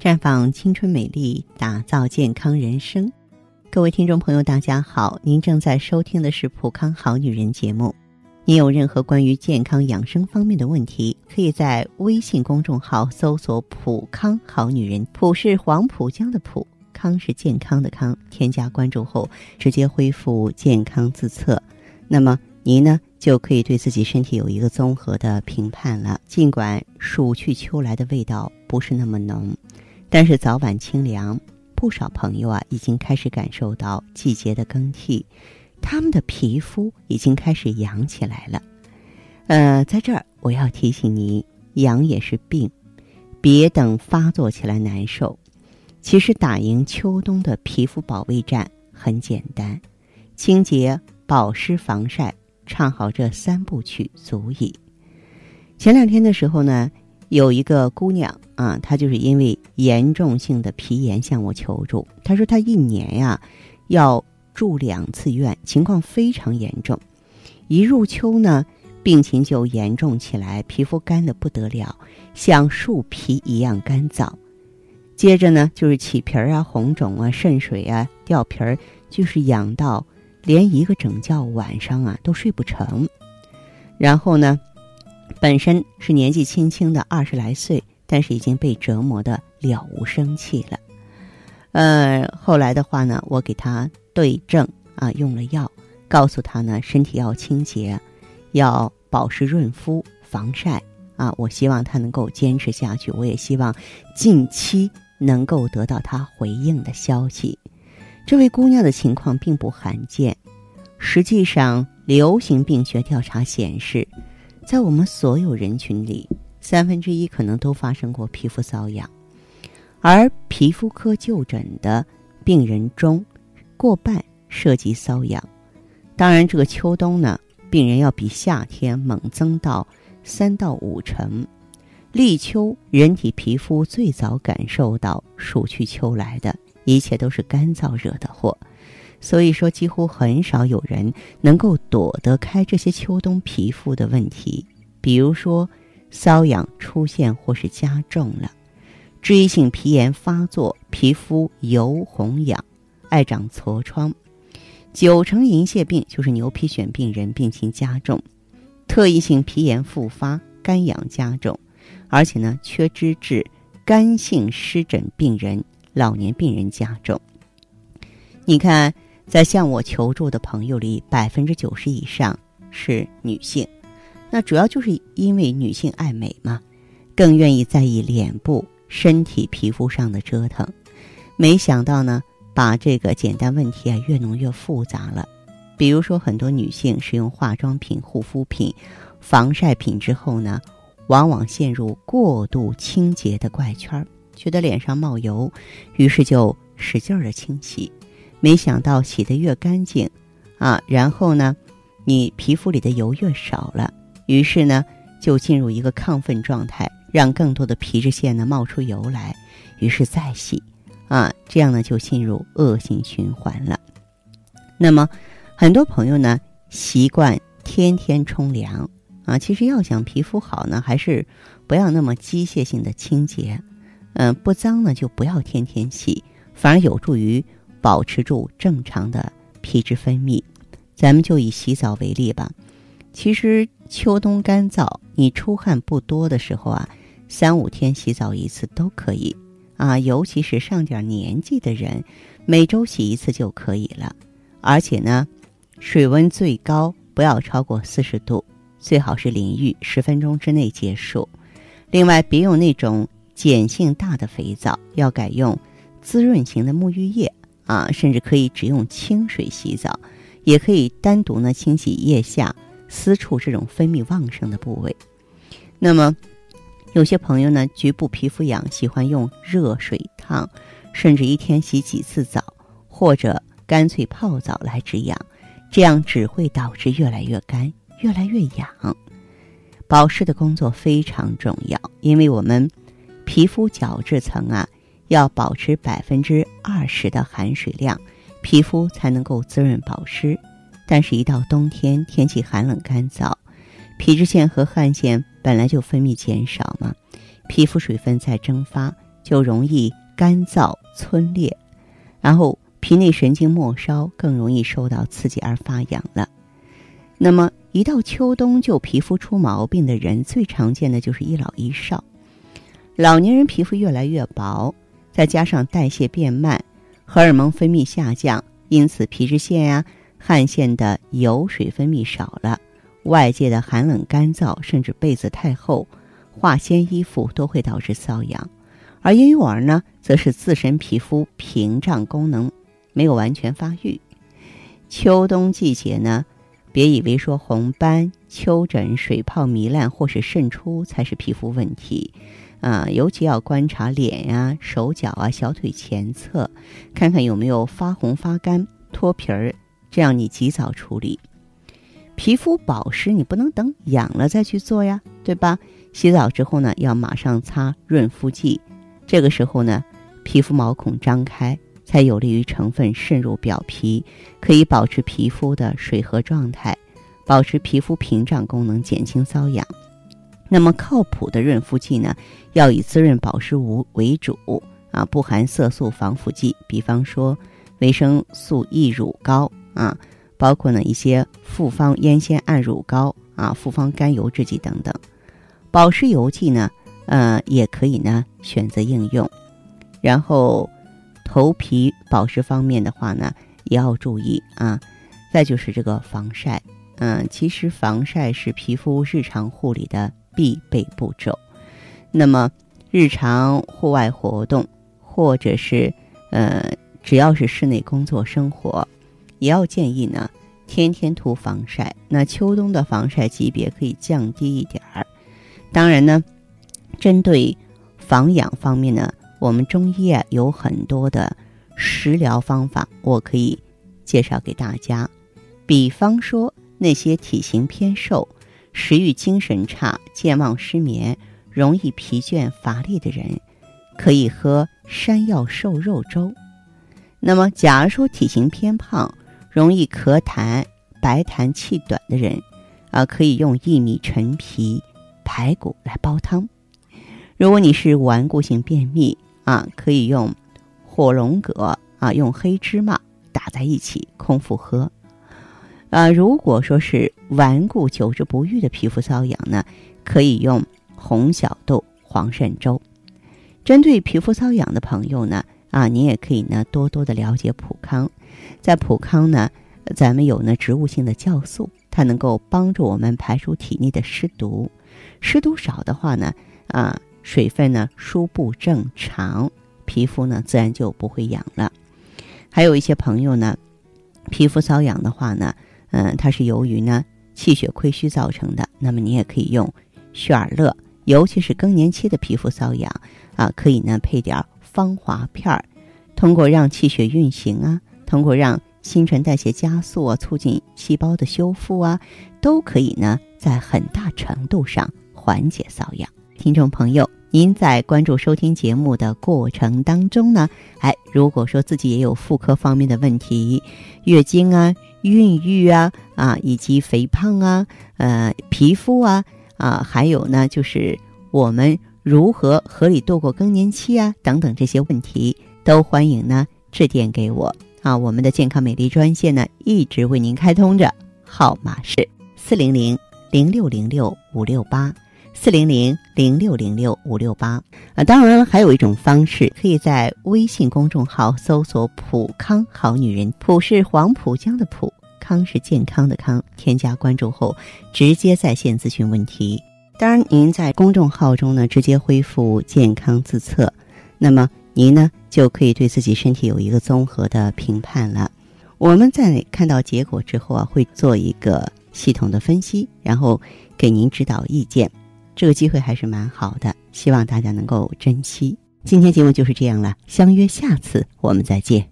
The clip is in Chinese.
绽放青春美丽，打造健康人生。各位听众朋友大家好，您正在收听的是普康好女人节目。您有任何关于健康养生方面的问题，可以在微信公众号搜索普康好女人，普是黄浦江的浦，康是健康的康，添加关注后直接恢复健康自测。那么您呢就可以对自己身体有一个综合的评判了。尽管暑去秋来的味道不是那么浓，但是早晚清凉，不少朋友已经开始感受到季节的更替，他们的皮肤已经开始痒起来了。在这儿我要提醒你，痒也是病，别等发作起来难受。其实打赢秋冬的皮肤保卫战很简单，清洁、保湿、防晒，唱好这3部曲足矣。前2天的时候呢，有一个姑娘她就是因为严重性的皮炎向我求助。她说她1年要住2次院，情况非常严重。一入秋呢，病情就严重起来，皮肤干得不得了，像树皮一样干燥。接着呢，就是起皮红肿渗水掉皮，就是痒到连一个整觉晚上都睡不成。然后呢，本身是年纪轻轻的20来岁，但是已经被折磨得了无生气了。后来的话呢，我给他对症用了药，告诉他呢，身体要清洁，要保湿润肤防晒我希望他能够坚持下去，我也希望近期能够得到他回应的消息。这位姑娘的情况并不罕见，实际上流行病学调查显示，在我们所有人群里，1/3可能都发生过皮肤瘙痒，而皮肤科就诊的病人中，过半涉及瘙痒。当然这个秋冬呢，病人要比夏天猛增到3到5成。立秋人体皮肤最早感受到暑去秋来的，一切都是干燥惹的祸。所以说几乎很少有人能够躲得开这些秋冬皮肤的问题，比如说瘙痒出现或是加重了，脂溢性皮炎发作，皮肤油红痒，爱长痤疮，9成银屑病就是牛皮癣病人病情加重，特异性皮炎复发，干痒加重，而且呢，缺脂质干性湿疹病人、老年病人加重。你看，在向我求助的朋友里，90%以上是女性，那主要就是因为女性爱美嘛，更愿意在意脸部、身体皮肤上的折腾。没想到呢，把这个简单问题越弄越复杂了。比如说，很多女性使用化妆品、护肤品、防晒品之后呢，往往陷入过度清洁的怪圈，觉得脸上冒油，于是就使劲的清洗。没想到洗得越干净然后呢，你皮肤里的油越少了，于是呢，就进入一个亢奋状态，让更多的皮脂腺呢冒出油来，于是再洗这样呢就进入恶性循环了。那么很多朋友呢习惯天天冲凉其实要想皮肤好呢，还是不要那么机械性的清洁，不脏呢就不要天天洗，反而有助于保持住正常的皮脂分泌。咱们就以洗澡为例吧，其实秋冬干燥，你出汗不多的时候3-5天洗澡1次都可以尤其是上点年纪的人，每周洗1次就可以了。而且呢，水温最高不要超过40度，最好是淋浴10分钟之内结束。另外，别用那种碱性大的肥皂，要改用滋润型的沐浴液甚至可以只用清水洗澡，也可以单独呢清洗腋下、私处这种分泌旺盛的部位。那么有些朋友呢，局部皮肤痒，喜欢用热水烫，甚至1天洗几次澡，或者干脆泡澡来止痒，这样只会导致越来越干，越来越痒。保湿的工作非常重要，因为我们皮肤角质层要保持20%的含水量，皮肤才能够滋润保湿。但是一到冬天，天气寒冷干燥，皮脂腺和汗腺本来就分泌减少嘛，皮肤水分在蒸发， 就容易干燥皴裂，然后皮内神经末梢更容易受到刺激而发痒了。那么一到秋冬就皮肤出毛病的人，最常见的就是一老一少。老年人皮肤越来越薄，再加上代谢变慢，荷尔蒙分泌下降，因此皮脂腺呀、汗腺的油水分泌少了，外界的寒冷干燥，甚至被子太厚、化纤衣服都会导致瘙痒。而婴幼儿呢，则是自身皮肤屏障功能没有完全发育。秋冬季节呢，别以为说红斑、丘疹、水泡糜烂或是渗出才是皮肤问题，尤其要观察脸呀、手脚啊、小腿前侧，看看有没有发红发干、脱皮儿，这样你及早处理。皮肤保湿你不能等痒了再去做呀，对吧？洗澡之后呢，要马上擦润肤剂，这个时候呢，皮肤毛孔张开，才有利于成分渗入表皮，可以保持皮肤的水合状态，保持皮肤屏障功能，减轻瘙痒。那么靠谱的润肤剂呢，要以滋润保湿为主不含色素防腐剂，比方说维生素 E 乳膏包括呢一些复方烟酰胺乳膏复方甘油制剂等等。保湿油剂呢也可以呢选择应用。然后头皮保湿方面的话呢，也要注意再就是这个防晒，其实防晒是皮肤日常护理的必备步骤。那么日常户外活动，或者是只要是室内工作生活，也要建议呢天天涂防晒。那秋冬的防晒级别可以降低一点儿。当然呢，针对防痒方面呢，我们中医有很多的食疗方法，我可以介绍给大家。比方说那些体型偏瘦、食欲精神差、健忘失眠、容易疲倦乏力的人，可以喝山药瘦肉粥。那么假如说体型偏胖、容易咳痰、白痰气短的人可以用薏米、陈皮、排骨来煲汤。如果你是顽固性便秘可以用火龙果用黑芝麻打在一起空腹喝。如果说是顽固久治不愈的皮肤瘙痒呢，可以用红小豆黄鳝粥。针对皮肤瘙痒的朋友呢你也可以呢多多的了解普康。在普康呢，咱们有呢植物性的酵素，它能够帮助我们排出体内的湿毒。湿毒少的话呢水分呢输布正常，皮肤呢自然就不会痒了。还有一些朋友呢，皮肤瘙痒的话呢它是由于呢气血亏虚造成的，那么你也可以用血尔乐，尤其是更年期的皮肤瘙痒可以呢配点芳华片，通过让气血运行通过让新陈代谢加速促进细胞的修复都可以呢在很大程度上缓解瘙痒。听众朋友，您在关注收听节目的过程当中呢，如果说自己也有妇科方面的问题，月经孕育以及肥胖皮肤还有呢就是我们如何合理度过更年期等等这些问题，都欢迎呢致电给我我们的健康美丽专线呢一直为您开通着，号码是400-0606-568。400-0606-568。当然还有一种方式，可以在微信公众号搜索普康好女人，普是黄浦江的浦，康是健康的康，添加关注后直接在线咨询问题。当然您在公众号中呢直接恢复健康自测，那么您呢就可以对自己身体有一个综合的评判了。我们在看到结果之后会做一个系统的分析，然后给您指导意见。这个机会还是蛮好的，希望大家能够珍惜。今天节目就是这样了，相约下次我们再见。